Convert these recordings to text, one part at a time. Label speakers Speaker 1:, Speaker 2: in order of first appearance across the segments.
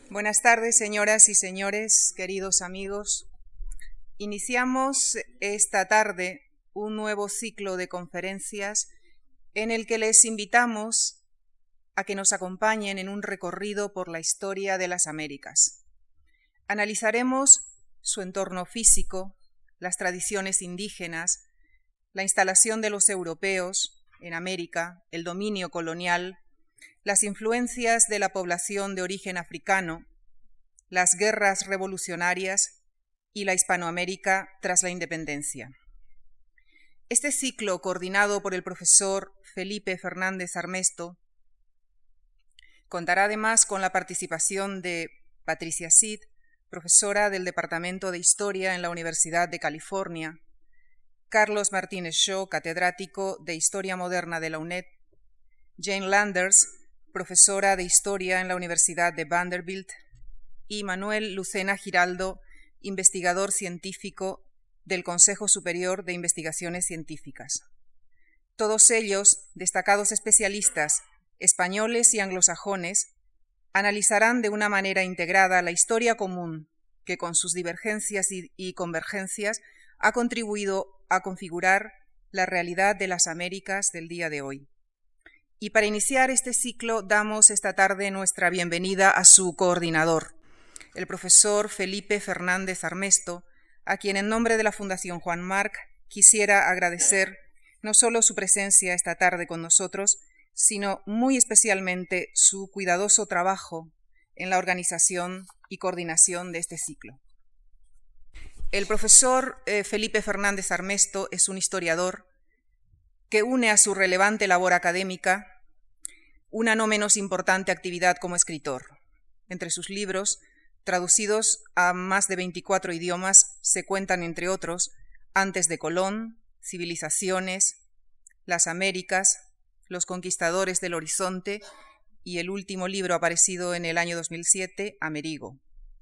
Speaker 1: Buenas tardes, señoras y señores, queridos amigos. Iniciamos esta tarde un nuevo ciclo de conferencias en el que les invitamos a que nos acompañen en un recorrido por la historia de las Américas. Analizaremos su entorno físico, las tradiciones indígenas, la instalación de los europeos en América, el dominio colonial, las influencias de la población de origen africano, las guerras revolucionarias y la Hispanoamérica tras la independencia. Este ciclo, coordinado por el profesor Felipe Fernández Armesto, contará además con la participación de Patricia Cid, profesora del Departamento de Historia en la Universidad de California, Carlos Martínez Shaw, catedrático de Historia Moderna de la UNED, Jane Landers, profesora de Historia en la Universidad de Vanderbilt, y Manuel Lucena Giraldo, investigador científico del Consejo Superior de Investigaciones Científicas. Todos ellos, destacados especialistas españoles y anglosajones, analizarán de una manera integrada la historia común que, con sus divergencias y convergencias, ha contribuido a configurar la realidad de las Américas del día de hoy. Y para iniciar este ciclo damos esta tarde nuestra bienvenida a su coordinador, el profesor Felipe Fernández Armesto, a quien en nombre de la Fundación Juan March quisiera agradecer no solo su presencia esta tarde con nosotros, sino muy especialmente su cuidadoso trabajo en la organización y coordinación de este ciclo. El profesor Felipe Fernández Armesto es un historiador que une a su relevante labor académica una no menos importante actividad como escritor. Entre sus libros, traducidos a más de 24 idiomas, se cuentan, entre otros, Antes de Colón, Civilizaciones, Las Américas, Los Conquistadores del Horizonte y el último libro aparecido en el año 2007, Amerigo.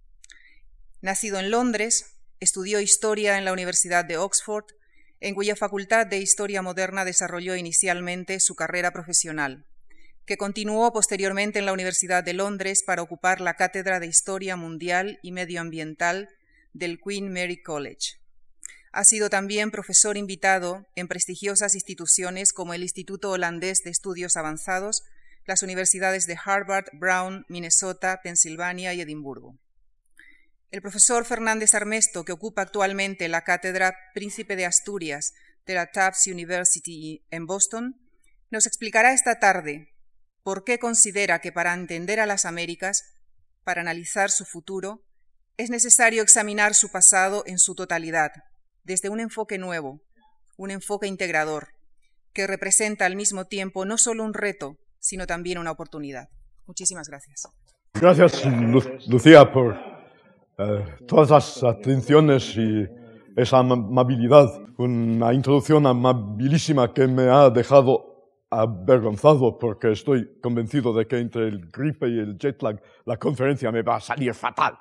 Speaker 1: Nacido en Londres, estudió Historia en la Universidad de Oxford, en cuya Facultad de Historia Moderna desarrolló inicialmente su carrera profesional, que continuó posteriormente en la Universidad de Londres para ocupar la Cátedra de Historia Mundial y Medioambiental del Queen Mary College. Ha sido también profesor invitado en prestigiosas instituciones como el Instituto Holandés de Estudios Avanzados, las universidades de Harvard, Brown, Minnesota, Pensilvania y Edimburgo. El profesor Fernández Armesto, que ocupa actualmente la Cátedra Príncipe de Asturias de la Tufts University en Boston, nos explicará esta tarde por qué considera que para entender a las Américas, para analizar su futuro, es necesario examinar su pasado en su totalidad, desde un enfoque nuevo, un enfoque integrador, que representa al mismo tiempo no solo un reto, sino también una oportunidad. Muchísimas gracias.
Speaker 2: Gracias, Lucía, por todas las atenciones y esa amabilidad. Una introducción amabilísima que me ha dejado avergonzado porque estoy convencido de que entre el gripe y el jet lag la conferencia me va a salir fatal.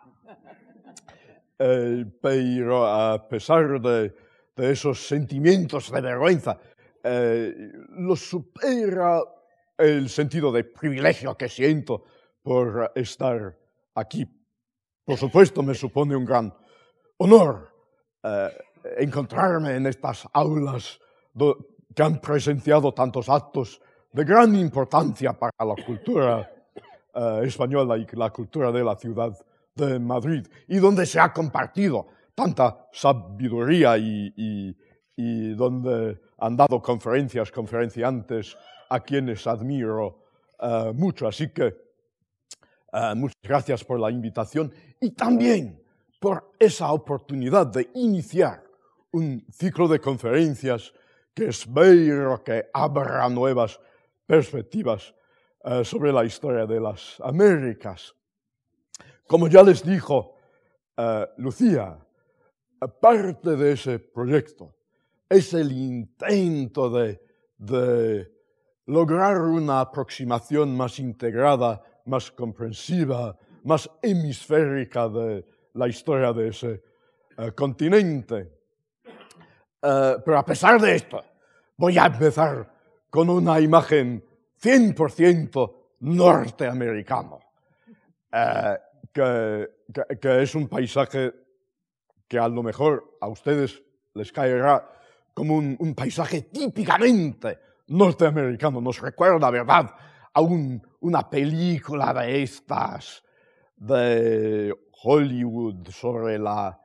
Speaker 2: Pero a pesar de esos sentimientos de vergüenza, lo supera el sentido de privilegio que siento por estar aquí. Por supuesto, me supone un gran honor encontrarme en estas aulas que han presenciado tantos actos de gran importancia para la cultura española y la cultura de la ciudad de Madrid, y donde se ha compartido tanta sabiduría y donde han dado conferenciantes a quienes admiro mucho. Así que muchas gracias por la invitación y también por esa oportunidad de iniciar un ciclo de conferencias que espero que abra nuevas perspectivas sobre la historia de las Américas. Como ya les dijo Lucía, parte de ese proyecto es el intento de lograr una aproximación más integrada, más comprensiva, más hemisférica de la historia de ese continente. Pero a pesar de esto, voy a empezar con una imagen 100% norteamericano, que es un paisaje que a lo mejor a ustedes les caerá como un paisaje típicamente norteamericano. Nos recuerda, ¿verdad?, a una película de estas de Hollywood sobre la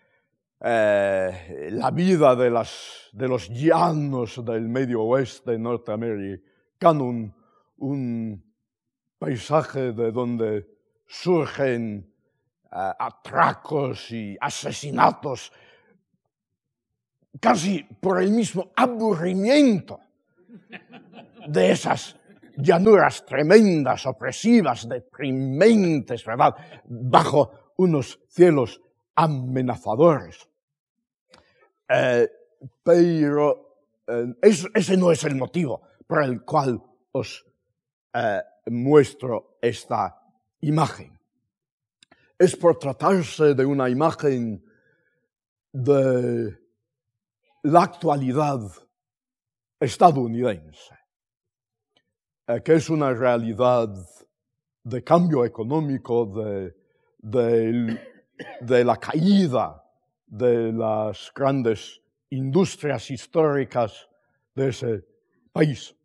Speaker 2: vida de los llanos del medio oeste norteamericano, un paisaje de donde surgen atracos y asesinatos casi por el mismo aburrimiento de esas llanuras tremendas, opresivas, deprimentes, ¿verdad?, bajo unos cielos amenazadores. Pero ese no es el motivo por el cual os muestro esta imagen. Es por tratarse de una imagen de la actualidad estadounidense, que es una realidad de cambio económico, de la caída de las grandes industrias históricas de ese país,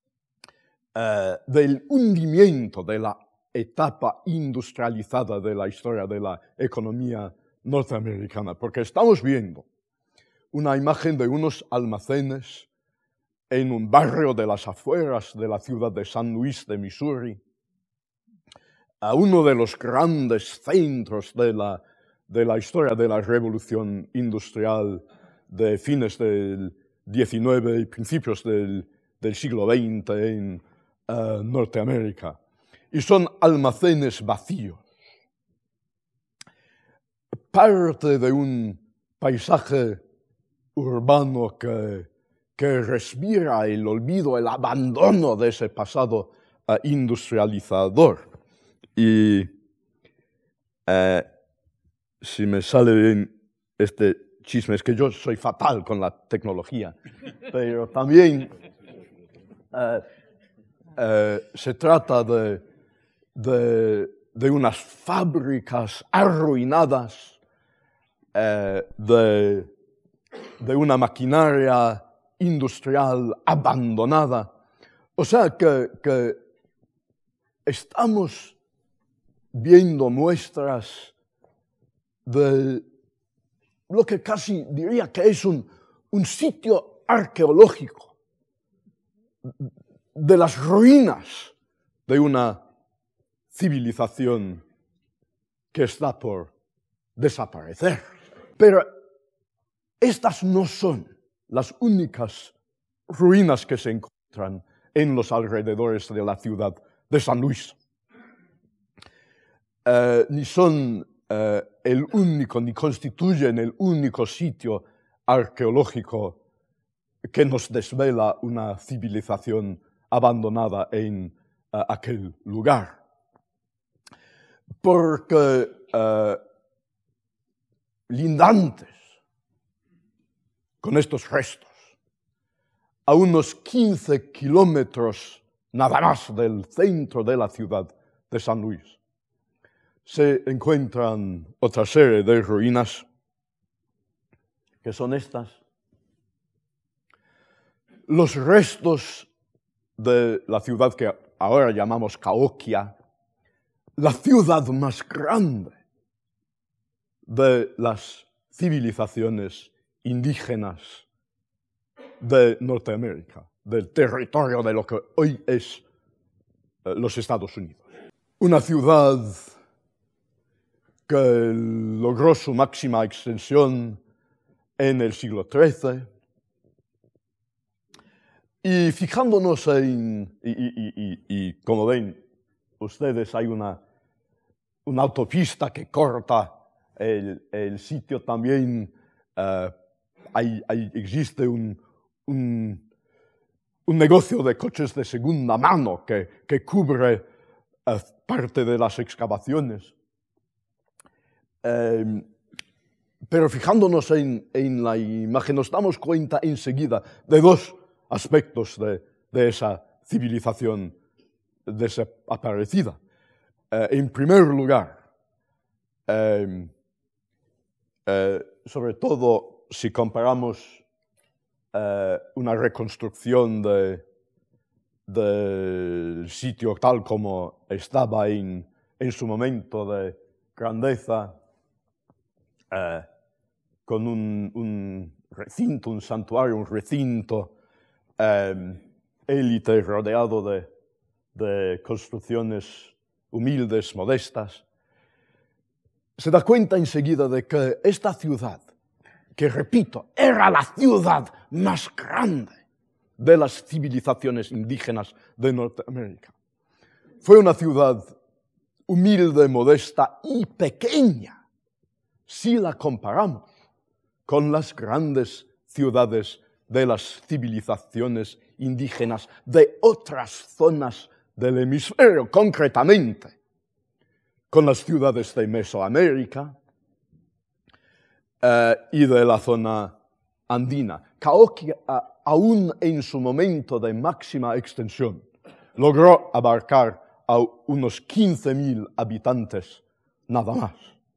Speaker 2: del hundimiento de la etapa industrializada de la historia de la economía norteamericana, porque estamos viendo una imagen de unos almacenes en un barrio de las afueras de la ciudad de San Luis de Missouri, a uno de los grandes centros de la historia de la revolución industrial de fines del XIX y principios del siglo XX en Norteamérica. Y son almacenes vacíos, parte de un paisaje urbano que respira el olvido, el abandono de ese pasado industrializador. Y si me sale bien este chisme, es que yo soy fatal con la tecnología, pero también se trata de unas fábricas arruinadas, de una maquinaria industrial abandonada. O sea que estamos viendo muestras de lo que casi diría que es un sitio arqueológico, de las ruinas de una civilización que está por desaparecer. Pero estas no son las únicas ruinas que se encuentran en los alrededores de la ciudad de San Luis. Ni son el único, ni constituyen el único sitio arqueológico que nos desvela una civilización abandonada en aquel lugar. Porque lindantes con estos restos, a unos 15 kilómetros nada más del centro de la ciudad de San Luis, se encuentran otra serie de ruinas, que son estas. Los restos de la ciudad que ahora llamamos Cahokia, la ciudad más grande de las civilizaciones indígenas de Norteamérica, del territorio de lo que hoy es los Estados Unidos. Una ciudad que logró su máxima extensión en el siglo XIII. Y fijándonos y como ven ustedes, hay una autopista que corta el sitio también. Existe un negocio de coches de segunda mano que cubre parte de las excavaciones. Pero fijándonos en la imagen, nos damos cuenta enseguida de dos aspectos de esa civilización desaparecida. En primer lugar, sobre todo si comparamos una reconstrucción del sitio tal como estaba en su momento de grandeza, con un recinto, un santuario, un recinto élite rodeado de construcciones humildes, modestas, se da cuenta enseguida de que esta ciudad, que repito, era la ciudad más grande de las civilizaciones indígenas de Norteamérica, fue una ciudad humilde, modesta y pequeña, si la comparamos con las grandes ciudades de las civilizaciones indígenas de otras zonas del hemisferio, concretamente con las ciudades de Mesoamérica y de la zona andina. Cahokia, aún en su momento de máxima extensión, logró abarcar a unos 15.000 habitantes nada más.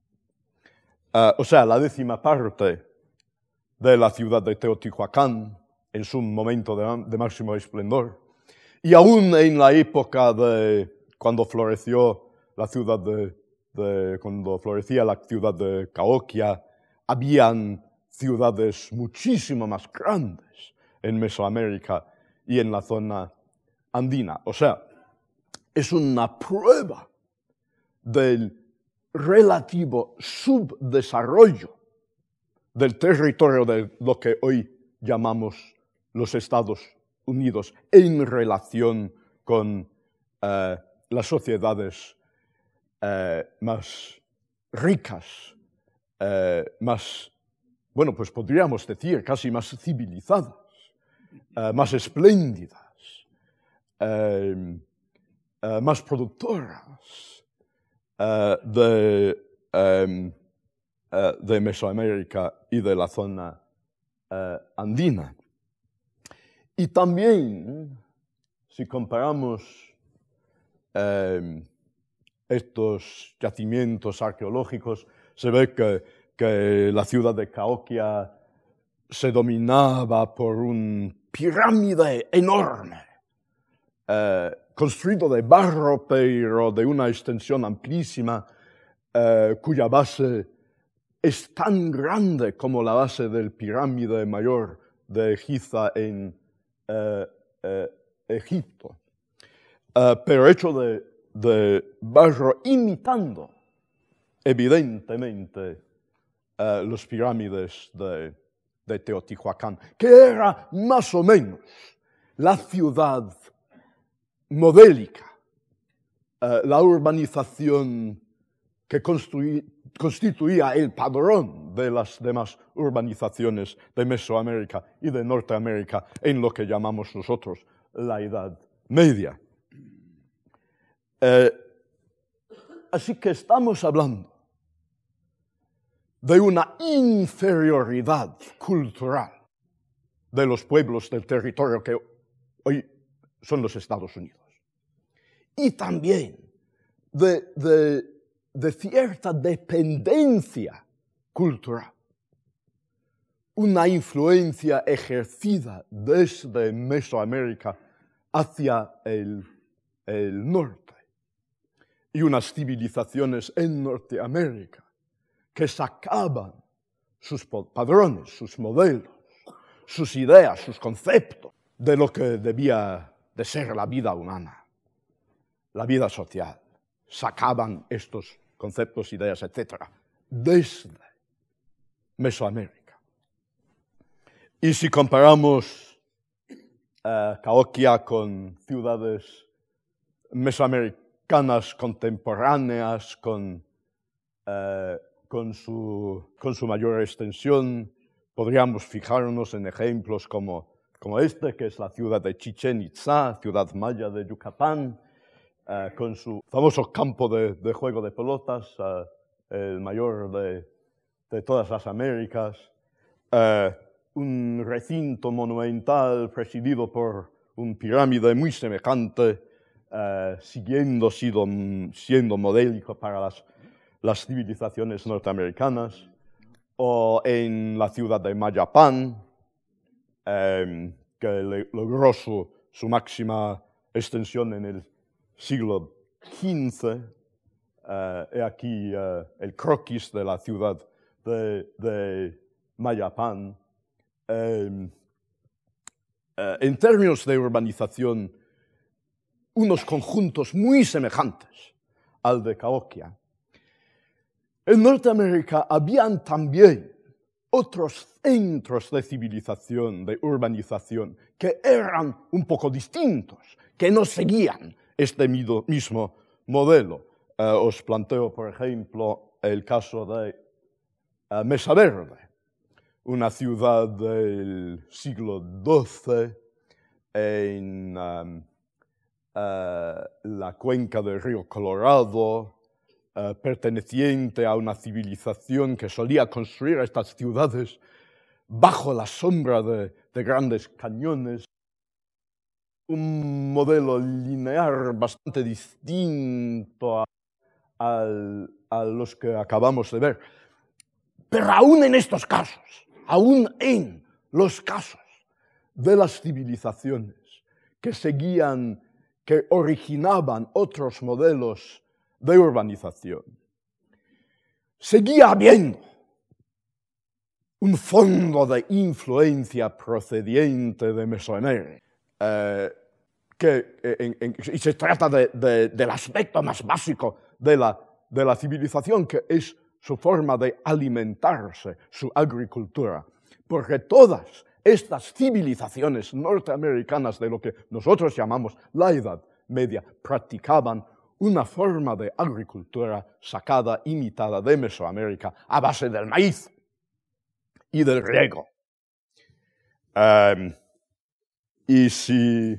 Speaker 2: O sea, la 10ª parte de la ciudad de Teotihuacán en su momento de máximo esplendor. Y aún en la época de cuando floreció la ciudad cuando florecía la ciudad de Cahokia, habían ciudades muchísimo más grandes en Mesoamérica y en la zona andina. O sea, es una prueba del relativo subdesarrollo del territorio de lo que hoy llamamos los Estados Unidos en relación con las sociedades más ricas, más, bueno, pues podríamos decir casi más civilizadas, más espléndidas, más productoras de Mesoamérica y de la zona andina. Y también, si comparamos estos yacimientos arqueológicos, se ve que la ciudad de Cahokia se dominaba por un pirámide enorme, construido de barro, pero de una extensión amplísima, cuya base es tan grande como la base del pirámide mayor de Giza en Egipto, pero hecho de barro, imitando evidentemente los pirámides de Teotihuacán, que era más o menos la ciudad modélica, la urbanización que constituía el padrón de las demás urbanizaciones de Mesoamérica y de Norteamérica en lo que llamamos nosotros la Edad Media. Así que estamos hablando de una inferioridad cultural de los pueblos del territorio que hoy son los Estados Unidos. Y también de cierta dependencia cultural, una influencia ejercida desde Mesoamérica hacia el norte, y unas civilizaciones en Norteamérica que sacaban sus padrones, sus modelos, sus ideas, sus conceptos de lo que debía de ser la vida humana, la vida social. Sacaban estos conceptos, ideas, etc., desde Mesoamérica. Y si comparamos Cahokia con ciudades mesoamericanas contemporáneas, con su mayor extensión, podríamos fijarnos en ejemplos como este, que es la ciudad de Chichén Itzá, ciudad maya de Yucatán, con su famoso campo de juego de pelotas, el mayor de todas las Américas, un recinto monumental presidido por un pirámide muy semejante, siendo modélico para las civilizaciones norteamericanas, o en la ciudad de Mayapán, que logró su máxima extensión en el siglo XV. He aquí el croquis de la ciudad de Mayapán. En términos de urbanización, unos conjuntos muy semejantes al de Cahokia. En Norteamérica habían también otros centros de civilización, de urbanización, que eran un poco distintos, que no seguían este mismo modelo. Os planteo, por ejemplo, el caso de Mesa Verde, una ciudad del siglo XII en la cuenca del río Colorado, perteneciente a una civilización que solía construir estas ciudades bajo la sombra de grandes cañones. Un modelo lineal bastante distinto a los que acabamos de ver. Pero aún en estos casos, aún en los casos de las civilizaciones que originaban otros modelos de urbanización, seguía habiendo un fondo de influencia procediente de Mesoamérica, y se trata del aspecto más básico de la civilización, que es su forma de alimentarse, su agricultura. Porque todas estas civilizaciones norteamericanas de lo que nosotros llamamos la Edad Media practicaban una forma de agricultura sacada, imitada de Mesoamérica a base del maíz y del riego. Y si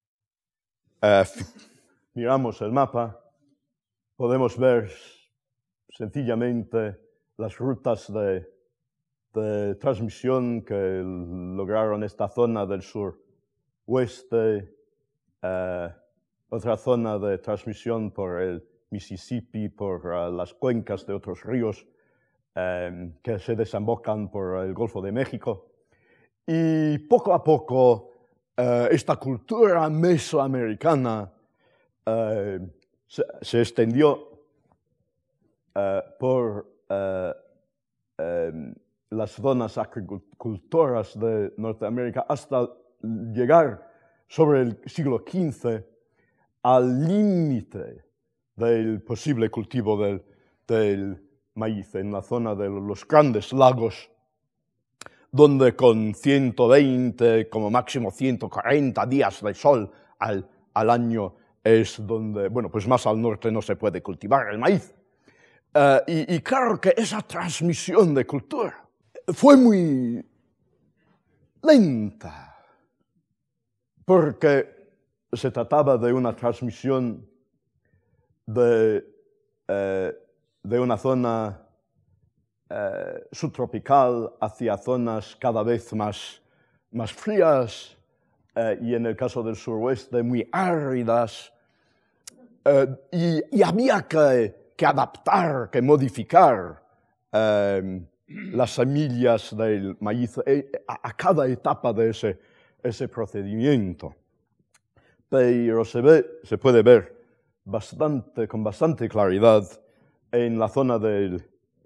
Speaker 2: miramos el mapa, podemos ver sencillamente las rutas de transmisión que lograron esta zona del suroeste, otra zona de transmisión por el Mississippi, por las cuencas de otros ríos que se desembocan por el Golfo de México. Y poco a poco esta cultura mesoamericana se extendió por las zonas agricultoras de Norteamérica hasta llegar sobre el siglo XV al límite del posible cultivo del maíz en la zona de los Grandes Lagos, donde con 120, como máximo 140 días de sol al año es donde, bueno, pues más al norte no se puede cultivar el maíz. Y claro que esa transmisión de cultura fue muy lenta, porque se trataba de una transmisión de una zona subtropical hacia zonas cada vez más frías, y en el caso del suroeste muy áridas, y había que adaptar, que modificar las semillas del maíz a cada etapa de ese procedimiento. Pero se puede ver con bastante claridad en la zona del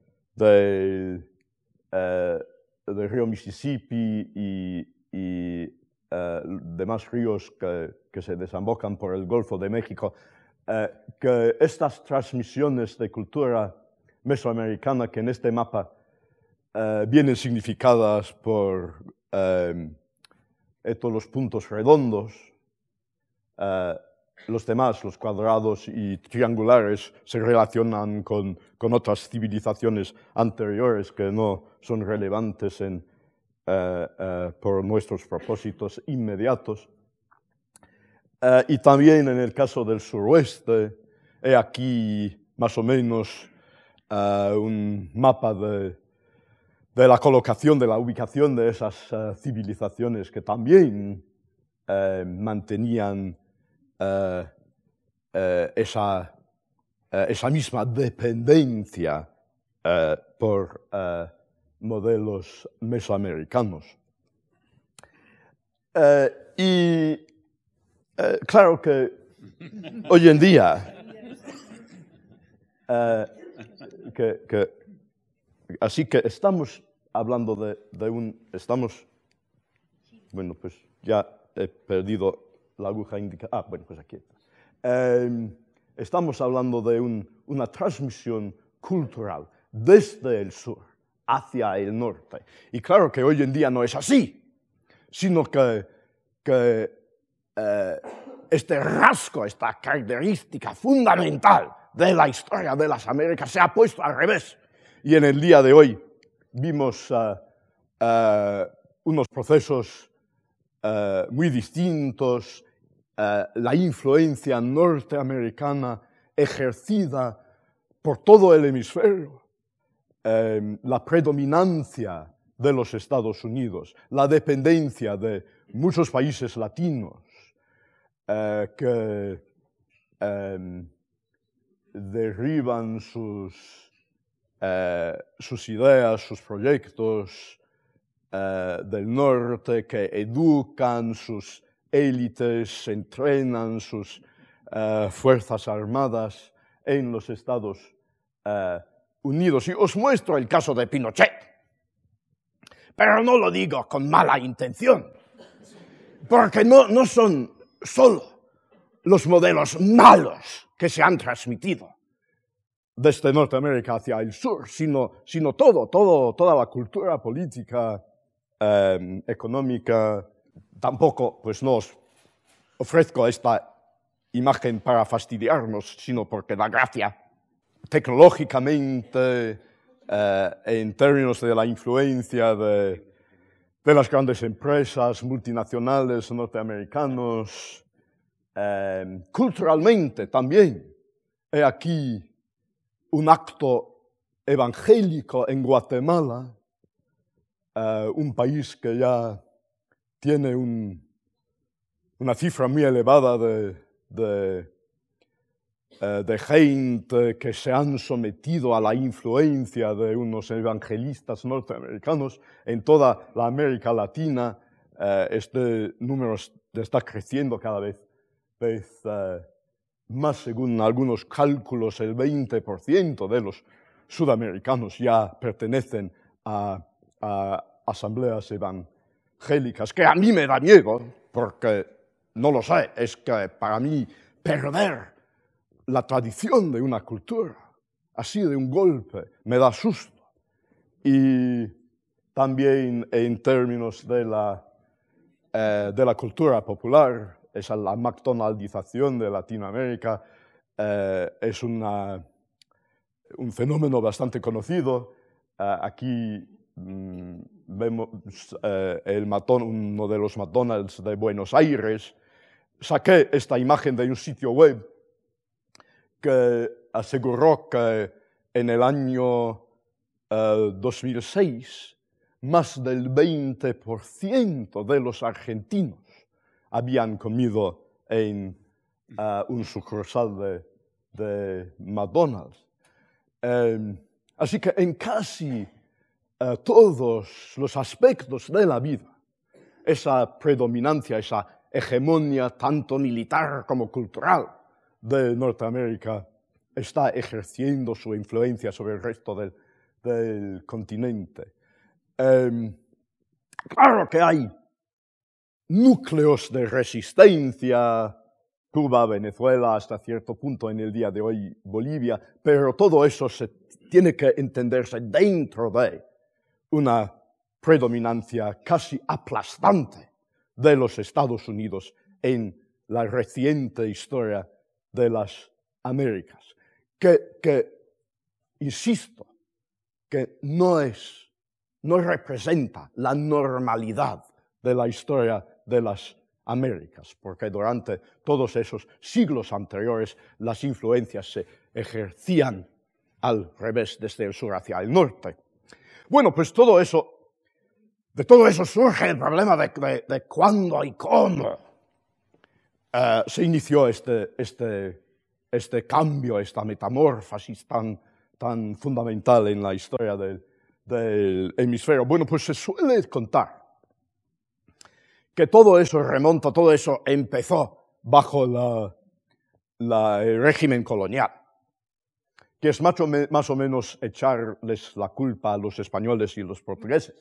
Speaker 2: río Mississippi y demás ríos que se desembocan por el Golfo de México, que estas transmisiones de cultura mesoamericana que en este mapa vienen significadas por estos los puntos redondos, los demás, los cuadrados y triangulares, se relacionan con otras civilizaciones anteriores que no son relevantes por nuestros propósitos inmediatos. Y también en el caso del suroeste, he aquí más o menos un mapa de la colocación, de la ubicación de esas civilizaciones que también mantenían esa esa misma dependencia por modelos mesoamericanos. Claro que hoy en día, así que estamos hablando bueno, pues ya he perdido la aguja indicada. Bueno, pues aquí está. Estamos hablando de una transmisión cultural desde el sur hacia el norte. Y claro que hoy en día no es así, sino que este rasgo, esta característica fundamental de la historia de las Américas se ha puesto al revés. Y en el día de hoy vimos unos procesos muy distintos, la influencia norteamericana ejercida por todo el hemisferio, la predominancia de los Estados Unidos, la dependencia de muchos países latinos que derriban sus ideas, sus proyectos del norte, que educan sus élites, entrenan sus fuerzas armadas en los Estados Unidos. Y os muestro el caso de Pinochet, pero no lo digo con mala intención, porque no son solo los modelos malos que se han transmitido desde Norteamérica hacia el sur, sino toda la cultura política, económica. Tampoco, pues no os ofrezco esta imagen para fastidiarnos, sino porque da gracia. Tecnológicamente, en términos de la influencia de las grandes empresas multinacionales norteamericanos, culturalmente también. He aquí un acto evangélico en Guatemala, un país que ya tiene una cifra muy elevada de gente que se han sometido a la influencia de unos evangelistas norteamericanos. En toda la América Latina este número está creciendo cada vez más. Según algunos cálculos, el 20% de los sudamericanos ya pertenecen a asambleas evangélicas, que a mí me da miedo, porque no lo sé, es que para mí perder la tradición de una cultura así de un golpe me da susto. Y también en términos de la cultura popular, la McDonaldización de Latinoamérica es un fenómeno bastante conocido. Aquí vemos uno de los McDonald's de Buenos Aires. Saqué esta imagen de un sitio web que aseguró que en el año 2006 más del 20% de los argentinos habían comido en un sucursal de McDonald's. Así que en casi todos los aspectos de la vida, esa predominancia, esa hegemonía tanto militar como cultural de Norteamérica está ejerciendo su influencia sobre el resto del continente. Claro que hay núcleos de resistencia, Cuba, Venezuela, hasta cierto punto en el día de hoy Bolivia, pero todo eso se tiene que entenderse dentro de una predominancia casi aplastante de los Estados Unidos en la reciente historia de las Américas, que insisto, que no representa la normalidad de la historia de las Américas, porque durante todos esos siglos anteriores las influencias se ejercían al revés, desde el sur hacia el norte. Bueno, pues de todo eso surge el problema de cuándo y cómo se inició este este cambio, esta metamorfosis tan fundamental en la historia del hemisferio? Bueno, pues se suele contar que todo eso empezó bajo el régimen colonial, que es más o menos echarles la culpa a los españoles y los portugueses,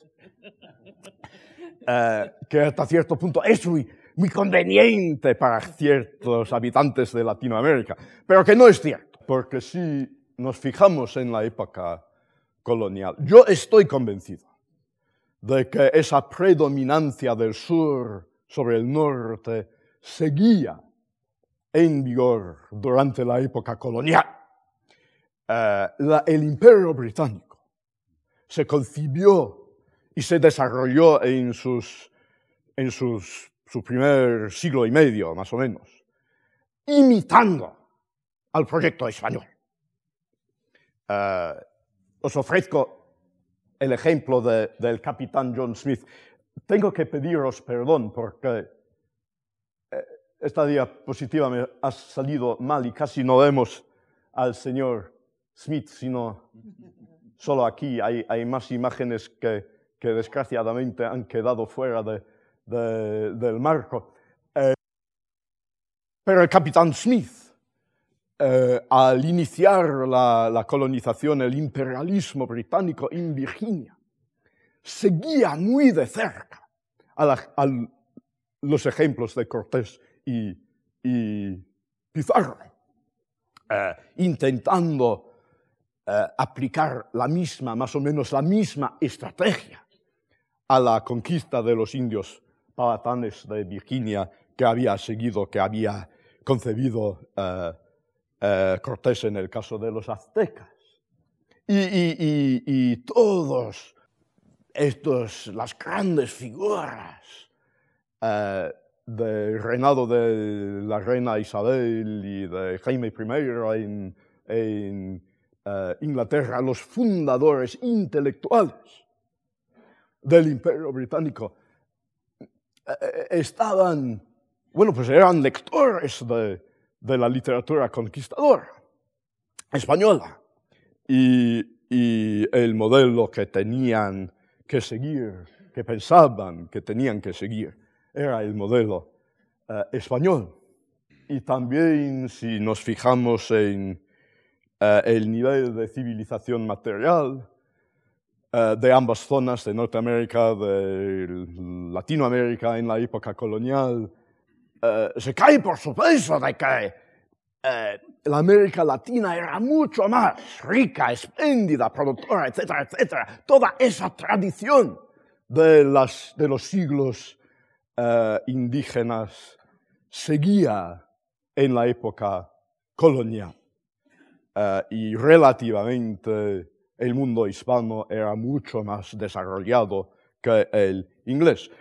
Speaker 2: que hasta cierto punto es muy conveniente para ciertos habitantes de Latinoamérica, pero que no es cierto, porque si nos fijamos en la época colonial, yo estoy convencido de que esa predominancia del sur sobre el norte seguía en vigor durante la época colonial. El Imperio Británico se concibió y se desarrolló en su primer siglo y medio, más o menos, imitando al proyecto español. Os ofrezco el ejemplo del capitán John Smith. Tengo que pediros perdón porque esta diapositiva me ha salido mal y casi no vemos al señor Smith, sino solo aquí. Hay más imágenes que desgraciadamente han quedado fuera del marco. Pero el capitán Smith, al iniciar la colonización, el imperialismo británico en Virginia, seguía muy de cerca a los ejemplos de Cortés y Pizarro, intentando aplicar más o menos la misma estrategia a la conquista de los indios powhatanes de Virginia que había concebido Cortés en el caso de los aztecas. Y todos las grandes figuras del reinado de la reina Isabel y de Jaime I en Inglaterra, los fundadores intelectuales del Imperio Británico, eran lectores de la literatura conquistadora española, y el modelo que tenían que seguir, que pensaban que tenían que seguir, era el modelo español. Y también, si nos fijamos en el nivel de civilización material de ambas zonas, de Norteamérica, de Latinoamérica en la época colonial, se cae por supuesto de que la América Latina era mucho más rica, espléndida, productora, etcétera, etcétera. Toda esa tradición de los siglos indígenas seguía en la época colonial. Y relativamente el mundo hispano era mucho más desarrollado que el inglés.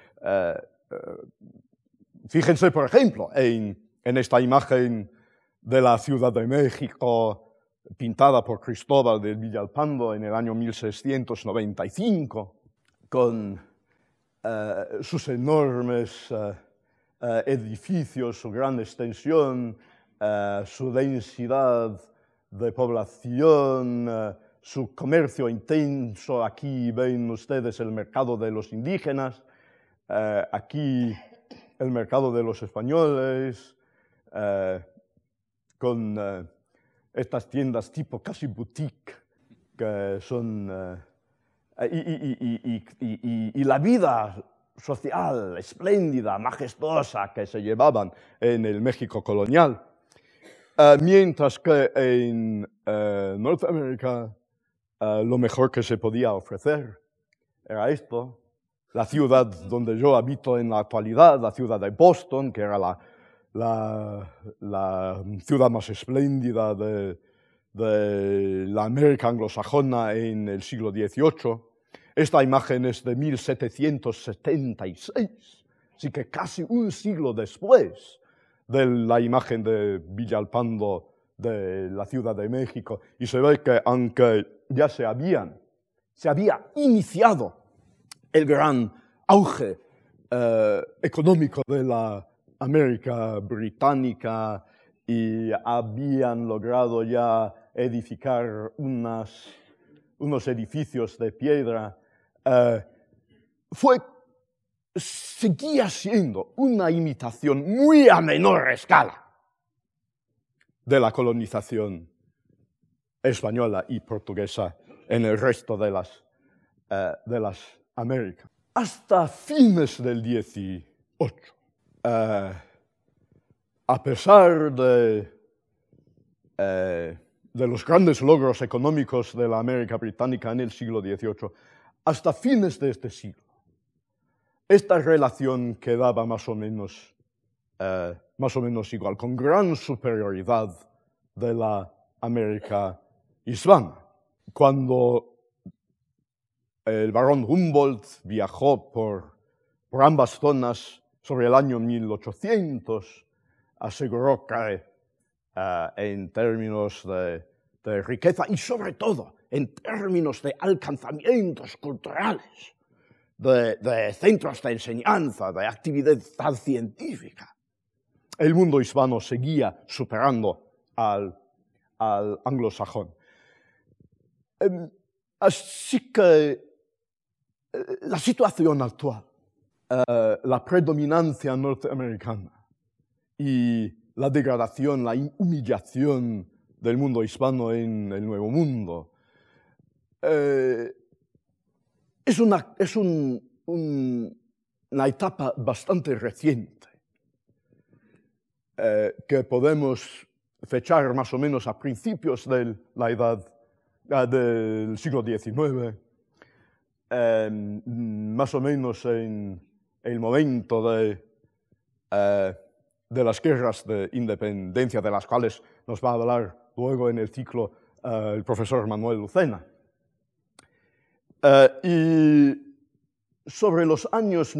Speaker 2: Fíjense, por ejemplo, en esta imagen de la Ciudad de México pintada por Cristóbal de Villalpando en el año 1695, con sus enormes edificios, su gran extensión, su densidad de población, su comercio intenso. Aquí ven ustedes el mercado de los indígenas, aquí el mercado de los españoles, con estas tiendas tipo casi boutique, que son... y la vida social espléndida, majestuosa que se llevaban en el México colonial. Mientras que en Norteamérica lo mejor que se podía ofrecer era esto. La ciudad donde yo habito en la actualidad, la ciudad de Boston, que era la ciudad más espléndida de la América anglosajona en el siglo XVIII. Esta imagen es de 1776, así que casi un siglo después de la imagen de Villalpando de la Ciudad de México. Y se ve que aunque ya se había iniciado el gran auge económico de la América británica y habían logrado ya edificar unos edificios de piedra, seguía siendo una imitación muy a menor escala de la colonización española y portuguesa en el resto de las Américas. Hasta fines del 18, a pesar de los grandes logros económicos de la América británica en el siglo XVIII, hasta fines de este siglo, esta relación quedaba más o menos igual, con gran superioridad de la América hispana. Cuando el barón Humboldt viajó por ambas zonas sobre el año 1800, aseguró que en términos de riqueza y sobre todo en términos de alcanzamientos culturales, de centros de enseñanza, de actividad científica, el mundo hispano seguía superando al anglosajón. Así que la situación actual, la predominancia norteamericana y la degradación, la humillación del mundo hispano en el Nuevo Mundo, es una etapa bastante reciente que podemos fechar más o menos a principios de la edad del siglo XIX, más o menos en el momento de las guerras de independencia, de las cuales nos va a hablar luego en el ciclo el profesor Manuel Lucena. Y sobre los años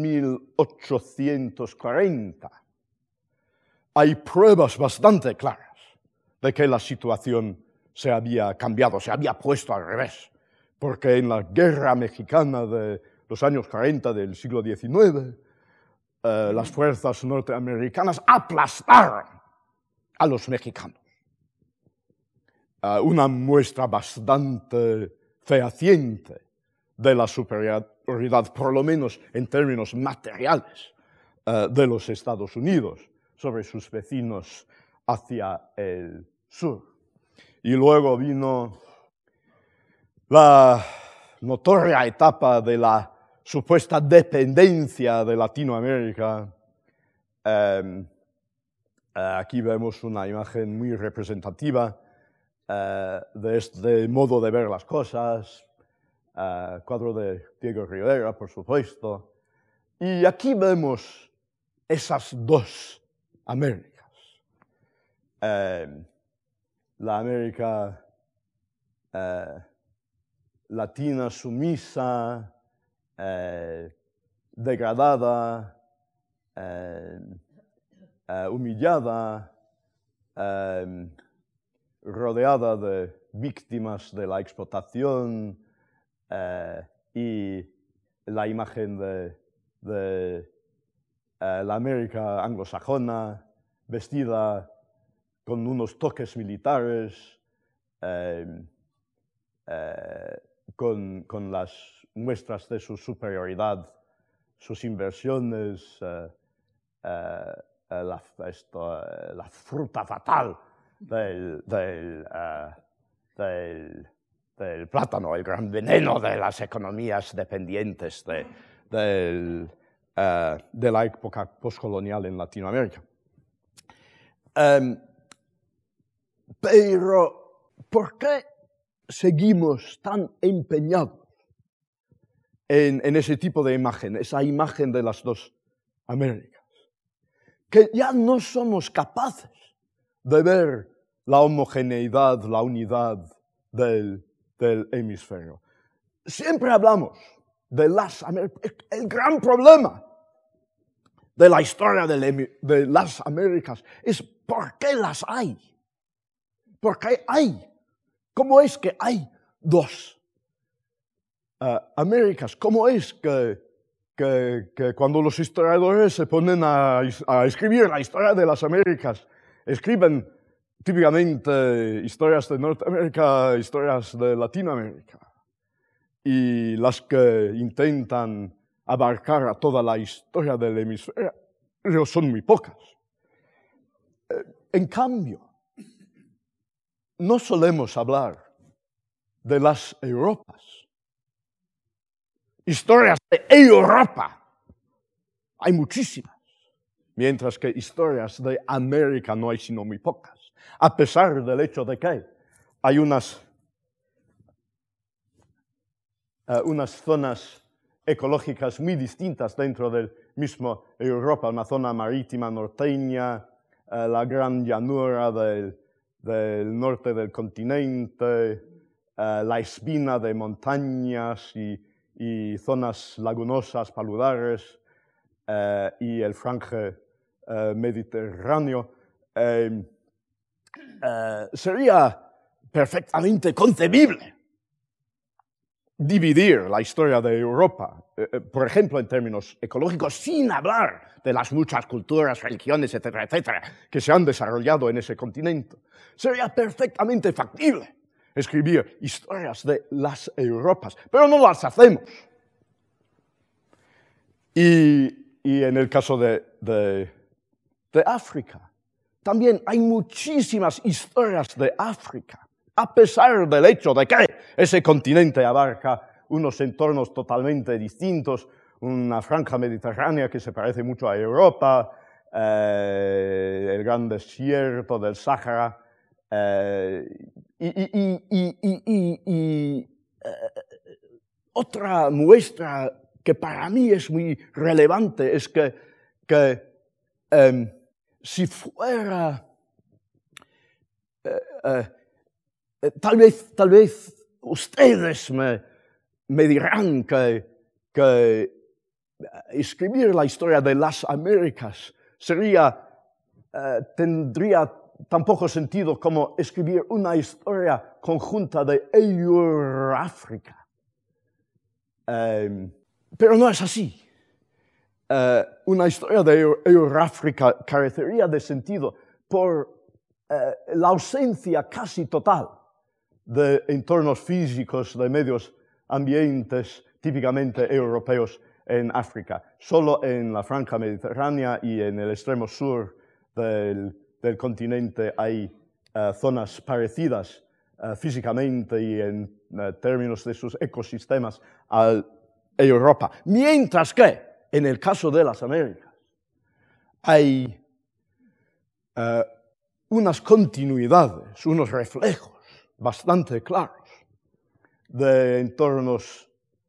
Speaker 2: 1840 hay pruebas bastante claras de que la situación se había cambiado, se había puesto al revés, porque en la guerra mexicana de los años 40 del siglo XIX, las fuerzas norteamericanas aplastaron a los mexicanos. Una muestra bastante fehaciente de la superioridad, por lo menos en términos materiales, de los Estados Unidos sobre sus vecinos hacia el sur. Y luego vino la notoria etapa de la supuesta dependencia de Latinoamérica. Aquí vemos una imagen muy representativa de este modo de ver las cosas, cuadro de Diego Rivera, por supuesto. Y aquí vemos esas dos Américas. La América latina sumisa, degradada, humillada, rodeada de víctimas de la explotación, y la imagen de la América anglosajona, vestida con unos toques militares, con las muestras de su superioridad, sus inversiones, la fruta fatal del plátano, el gran veneno de las economías dependientes de la época postcolonial en Latinoamérica. Pero, ¿por qué seguimos tan empeñados en ese tipo de imagen, esa imagen de las dos Américas? Que ya no somos capaces de ver la homogeneidad, la unidad del hemisferio. Siempre hablamos de las Américas. El gran problema de la historia de las Américas es ¿por qué las hay? ¿Por qué hay? ¿Cómo es que hay dos Américas? ¿Cómo es que cuando los historiadores se ponen a escribir la historia de las Américas, escriben típicamente historias de Norteamérica, historias de Latinoamérica, y las que intentan abarcar a toda la historia del hemisferio son muy pocas. En cambio, no solemos hablar de las Europas. Historias de Europa hay muchísimas, mientras que historias de América no hay sino muy pocas, a pesar del hecho de que hay unas zonas ecológicas muy distintas dentro del mismo Europa, una zona marítima norteña, la gran llanura del norte del continente, la espina de montañas y zonas lagunosas, palulares, y el franje mediterráneo. Sería perfectamente concebible dividir la historia de Europa, por ejemplo, en términos ecológicos, sin hablar de las muchas culturas, religiones, etcétera, etcétera, que se han desarrollado en ese continente. Sería perfectamente factible escribir historias de las Europas, pero no las hacemos. Y en el caso de África, también hay muchísimas historias de África, a pesar del hecho de que ese continente abarca unos entornos totalmente distintos, una franja mediterránea que se parece mucho a Europa, el gran desierto del Sáhara, otra muestra que para mí es muy relevante es que si fuera tal vez ustedes me dirán que escribir la historia de las Américas tendría tan poco sentido como escribir una historia conjunta de Euroáfrica. Pero no es así. Una historia de Euroáfrica carecería de sentido por la ausencia casi total de entornos físicos, de medios ambientes típicamente europeos en África. Solo en la franja mediterránea y en el extremo sur del continente hay zonas parecidas físicamente y en términos de sus ecosistemas a Europa. Mientras que, en el caso de las Américas, hay unas continuidades, unos reflejos bastante claros de entornos.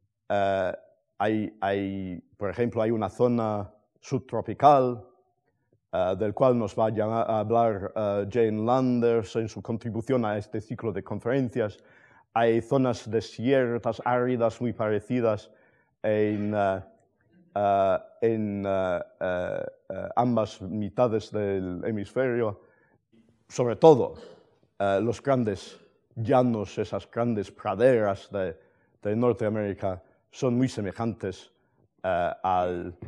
Speaker 2: Por ejemplo, hay una zona subtropical del cual nos va a hablar Jane Landers en su contribución a este ciclo de conferencias. Hay zonas desiertas, áridas, muy parecidas en ambas mitades del hemisferio. Sobre todo, los grandes llanos, esas grandes praderas de Norteamérica son muy semejantes a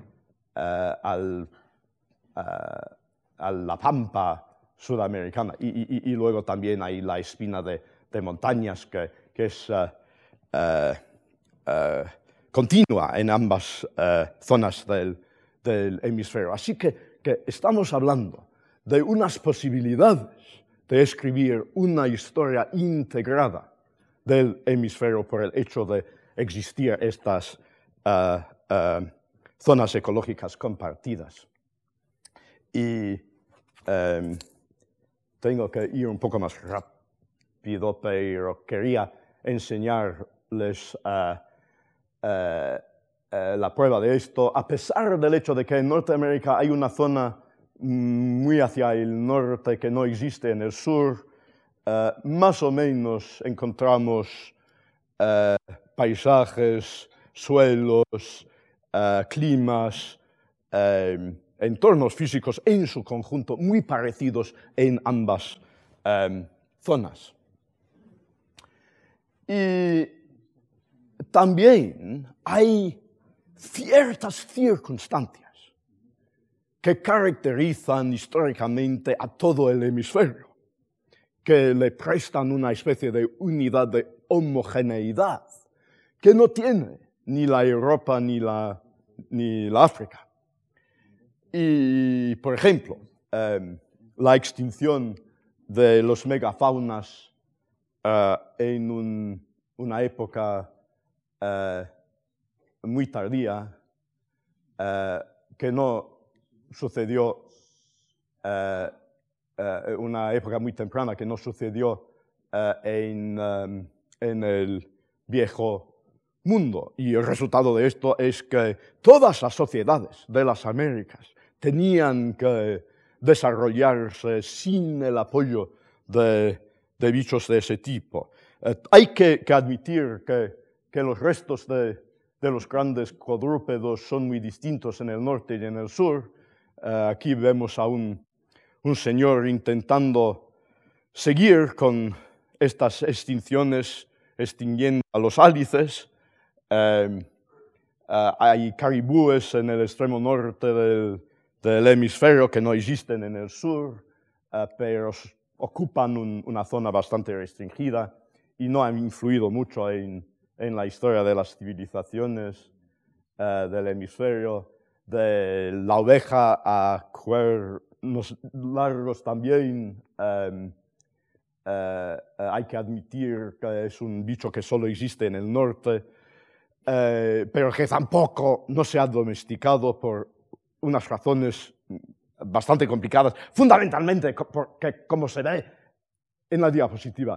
Speaker 2: la pampa sudamericana. Y luego también hay la espina de montañas que es continua en ambas zonas del hemisferio. Así que estamos hablando de unas posibilidades de escribir una historia integrada del hemisferio por el hecho de existir estas zonas ecológicas compartidas. Y tengo que ir un poco más rápido, pero quería enseñarles la prueba de esto. A pesar del hecho de que en Norteamérica hay una zona muy hacia el norte que no existe en el sur, más o menos encontramos paisajes, suelos, climas, entornos físicos en su conjunto muy parecidos en ambas zonas. Y también hay ciertas circunstancias que caracterizan históricamente a todo el hemisferio. que le prestan una especie de unidad de homogeneidad que no tiene ni la Europa ni la África. Y, por ejemplo, la extinción de los megafaunas en una época muy tardía, que no sucedió, una época muy temprana que no sucedió en el viejo mundo. Y el resultado de esto es que todas las sociedades de las Américas tenían que desarrollarse sin el apoyo de bichos de ese tipo. Hay que admitir que los restos de los grandes cuadrúpedos son muy distintos en el norte y en el sur. Aquí vemos a un señor intentando seguir con estas extinciones, extinguiendo a los álices. Hay caribúes en el extremo norte del hemisferio que no existen en el sur, pero ocupan una zona bastante restringida y no han influido mucho en la historia de las civilizaciones del hemisferio. De la oveja a cuernos largos también, hay que admitir que es un bicho que solo existe en el norte, pero que tampoco no se ha domesticado por unas razones bastante complicadas, fundamentalmente porque, como se ve en la diapositiva,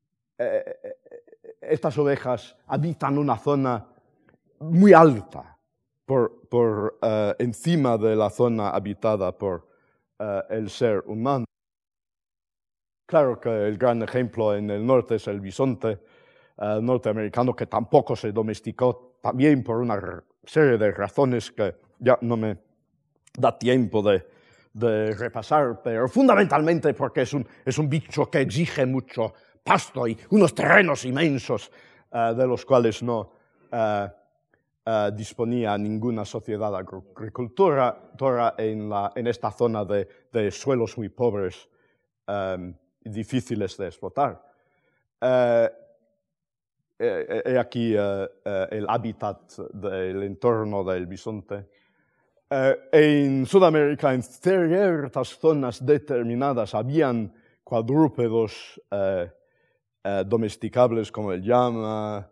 Speaker 2: estas ovejas habitan una zona muy alta por encima de la zona habitada por el ser humano. Claro que el gran ejemplo en el norte es el bisonte norteamericano, que tampoco se domesticó, también por una serie de razones que ya no me da tiempo de repasar, pero fundamentalmente porque es un bicho que exige mucho pasto y unos terrenos inmensos de los cuales no disponía ninguna sociedad agricultura en esta zona de suelos muy pobres y difíciles de explotar. Aquí el hábitat del entorno del bisonte. En Sudamérica, en ciertas zonas determinadas, habían cuadrúpedos domesticables como el llama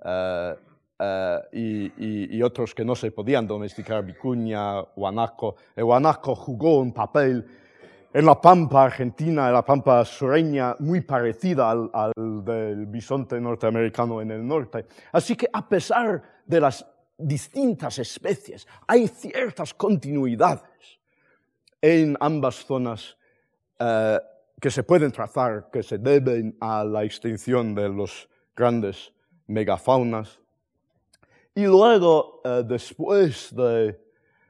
Speaker 2: y otros que no se podían domesticar, vicuña, guanaco. El guanaco jugó un papel en la pampa argentina, en la pampa sureña, muy parecida al del bisonte norteamericano en el norte. Así que, a pesar de las distintas especies, hay ciertas continuidades en ambas zonas que se pueden trazar, que se deben a la extinción de los grandes megafaunas. Y luego, después de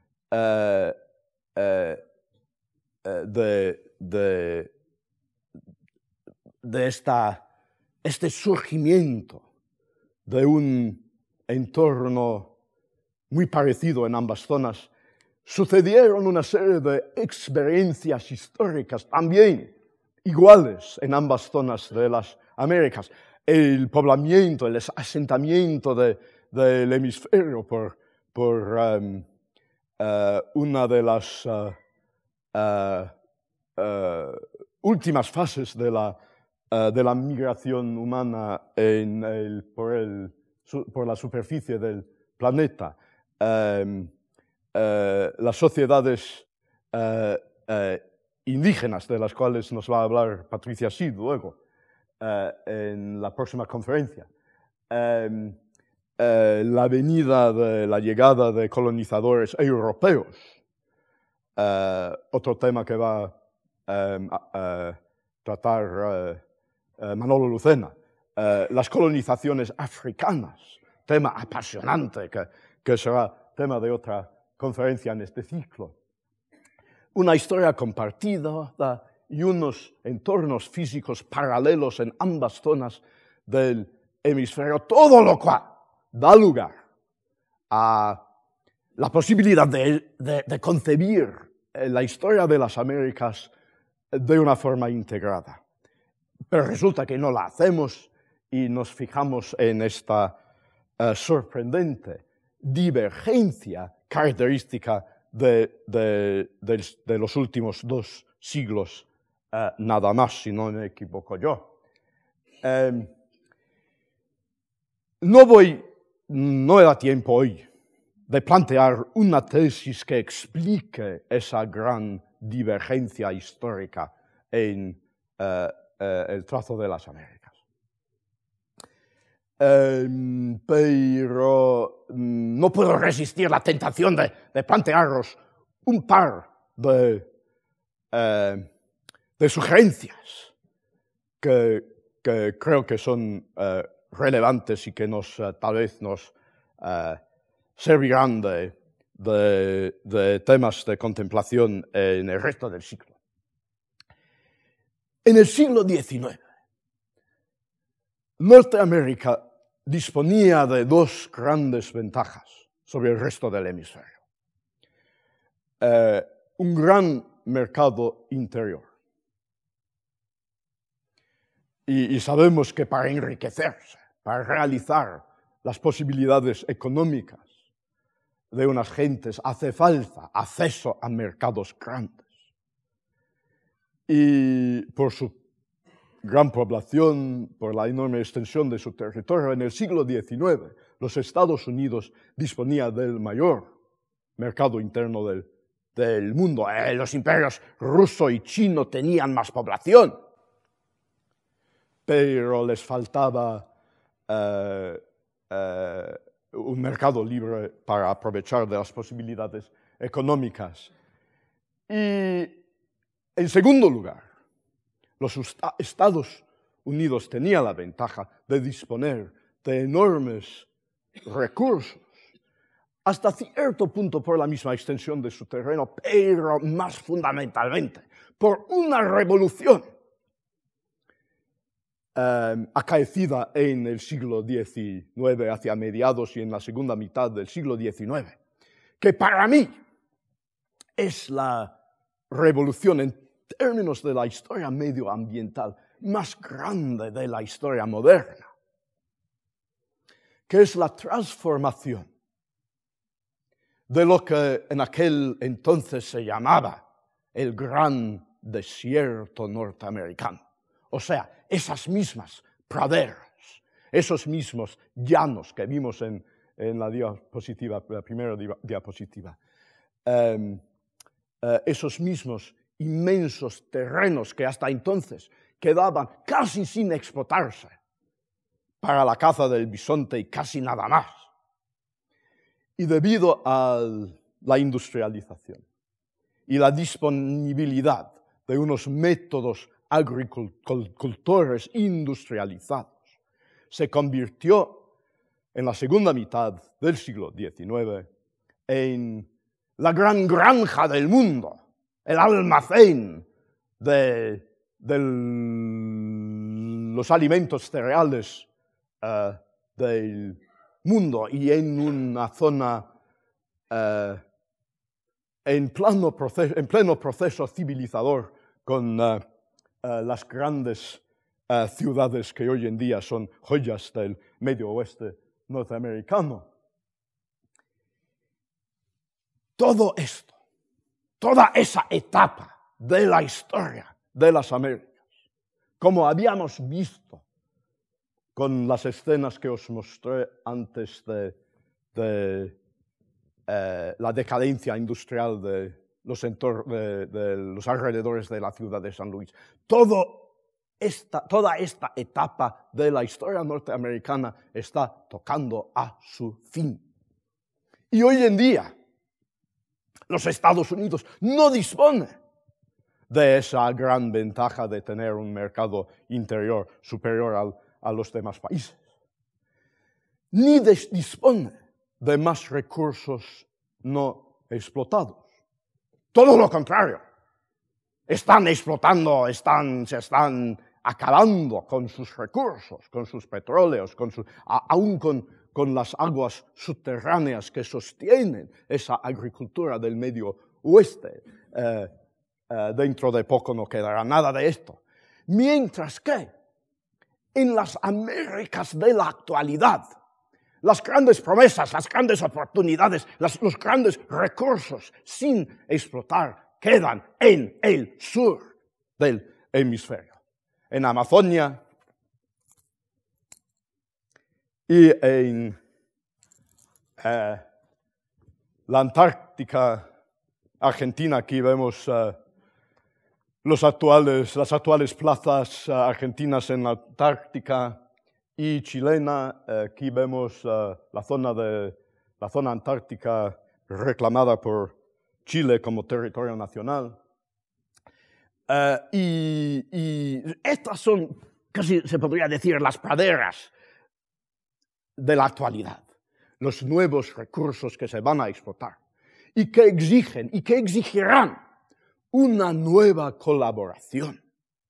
Speaker 2: este surgimiento de un entorno muy parecido en ambas zonas, sucedieron una serie de experiencias históricas también iguales en ambas zonas de las Américas. El poblamiento, el asentamiento del hemisferio por una de las últimas fases de la migración humana por la superficie del planeta. Las sociedades indígenas, de las cuales nos va a hablar Patricia Sid luego en la próxima conferencia. La llegada de colonizadores europeos, otro tema que va a tratar Manolo Lucena. Las colonizaciones africanas, tema apasionante que será tema de otra conferencia en este ciclo. Una historia compartida y unos entornos físicos paralelos en ambas zonas del hemisferio, todo lo cual da lugar a la posibilidad de concebir la historia de las Américas de una forma integrada. pero resulta que no la hacemos y nos fijamos en esta sorprendente divergencia característica de los últimos 2 siglos, nada más, si no me equivoco yo. No me da tiempo hoy de plantear una tesis que explique esa gran divergencia histórica en el trazo de las Américas. Pero no puedo resistir la tentación de plantearos un par de sugerencias que creo que son relevantes y que tal vez nos servirán de temas de contemplación en el resto del siglo. En el siglo XIX, Norteamérica disponía de 2 grandes ventajas sobre el resto del hemisferio. Un gran mercado interior. Y sabemos que para enriquecerse, para realizar las posibilidades económicas de unas gentes, hace falta acceso a mercados grandes. Y por su gran población, por la enorme extensión de su territorio, en el siglo XIX, los Estados Unidos disponían del mayor mercado interno del mundo. Los imperios ruso y chino tenían más población, pero les faltaba un mercado libre para aprovechar de las posibilidades económicas. Y, en segundo lugar, los Estados Unidos tenían la ventaja de disponer de enormes recursos, hasta cierto punto por la misma extensión de su terreno, pero más fundamentalmente por una revolución acaecida en el siglo XIX, hacia mediados y en la segunda mitad del siglo XIX, que para mí es la revolución en términos de la historia medioambiental más grande de la historia moderna, que es la transformación de lo que en aquel entonces se llamaba el Gran Desierto norteamericano. O sea, esas mismas praderas, esos mismos llanos que vimos en la diapositiva, la primera diapositiva, esos mismos inmensos terrenos que hasta entonces quedaban casi sin explotarse para la caza del bisonte y casi nada más. Y debido a la industrialización y la disponibilidad de unos métodos agricultores industrializados, se convirtió en la segunda mitad del siglo XIX en la gran granja del mundo, el almacén de los alimentos cereales del mundo, y en una zona en pleno proceso civilizador con las grandes ciudades que hoy en día son joyas del medio oeste norteamericano. Todo esto, toda esa etapa de la historia de las Américas, como habíamos visto con las escenas que os mostré antes de la decadencia industrial de los alrededores de la ciudad de San Luis. Toda esta etapa de la historia norteamericana está tocando a su fin. Y hoy en día, los Estados Unidos no disponen de esa gran ventaja de tener un mercado interior superior a los demás países, ni dispone de más recursos no explotados. Todo lo contrario, están explotando, se están acabando con sus recursos, con sus petróleos, aún con las aguas subterráneas que sostienen esa agricultura del medio oeste. Dentro de poco no quedará nada de esto. Mientras que en las Américas de la actualidad, las grandes promesas, las grandes oportunidades, los grandes recursos sin explotar quedan en el sur del hemisferio, en Amazonia y en la Antártica Argentina. Aquí vemos las actuales plazas argentinas en la Antártica y chilena. Aquí vemos la zona antártica reclamada por Chile como territorio nacional. Y estas son, casi se podría decir, las praderas de la actualidad, los nuevos recursos que se van a explotar y que exigen y que exigirán una nueva colaboración,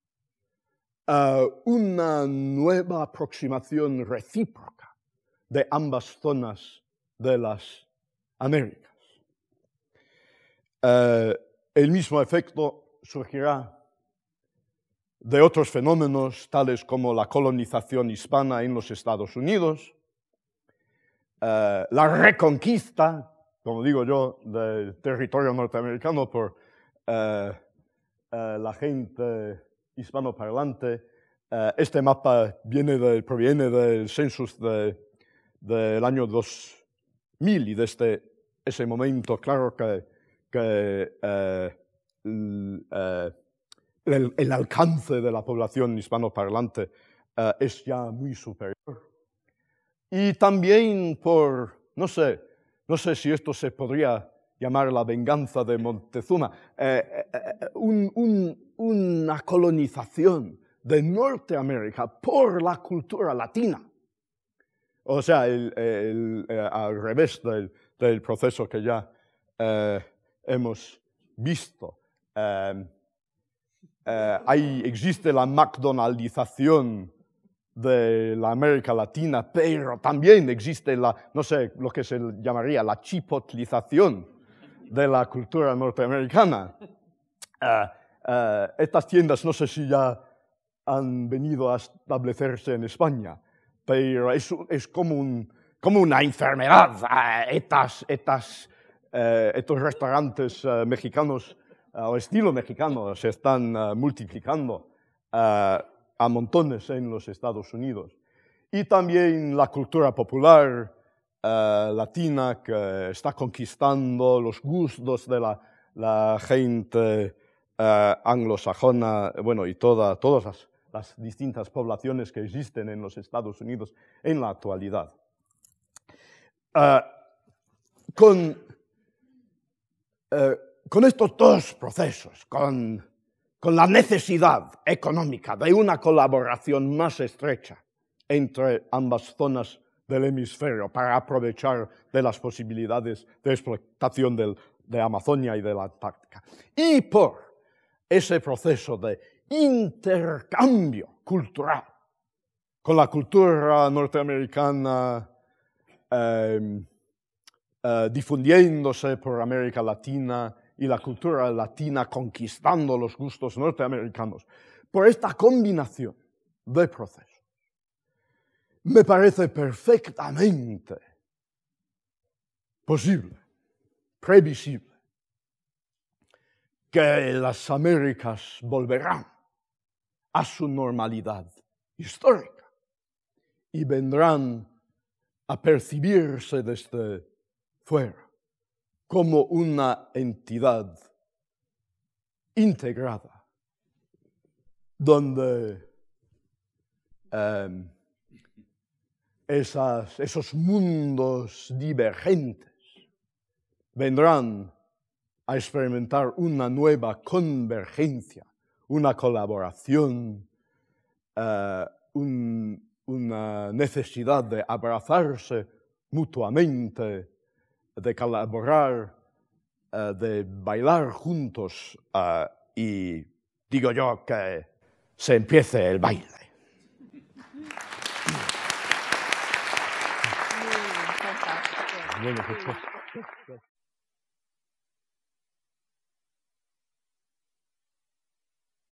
Speaker 2: una nueva aproximación recíproca de ambas zonas de las Américas. El mismo efecto surgirá de otros fenómenos tales como la colonización hispana en los Estados Unidos, la reconquista, como digo yo, del territorio norteamericano por la gente hispanoparlante. Este mapa proviene del census del año 2000 y desde ese momento, claro que el alcance de la población hispanoparlante es ya muy superior. Y también por, no sé si esto se podría llamar la venganza de Montezuma, una colonización de Norteamérica por la cultura latina. O sea, al revés del proceso que ya hemos visto. Existe la McDonaldización de la América Latina, pero también existe lo que se llamaría la chipotlización de la cultura norteamericana. Estas tiendas no sé si ya han venido a establecerse en España, pero es como una enfermedad. Estos restaurantes mexicanos o estilo mexicano se están multiplicando a montones en los Estados Unidos. Y también la cultura popular latina que está conquistando los gustos de la gente anglosajona, bueno, y todas las distintas poblaciones que existen en los Estados Unidos en la actualidad. Con estos dos procesos, con la necesidad económica de una colaboración más estrecha entre ambas zonas del hemisferio para aprovechar de las posibilidades de explotación de Amazonia y de la Antártica, y por ese proceso de intercambio cultural con la cultura norteamericana difundiéndose por América Latina y la cultura latina conquistando los gustos norteamericanos, por esta combinación de procesos, me parece perfectamente posible, previsible, que las Américas volverán a su normalidad histórica y vendrán a percibirse desde fuera como una entidad integrada, donde esos mundos divergentes vendrán a experimentar una nueva convergencia, una colaboración, una necesidad de abrazarse mutuamente, de colaborar, de bailar juntos, y digo yo que se empiece el baile. Bueno, pues,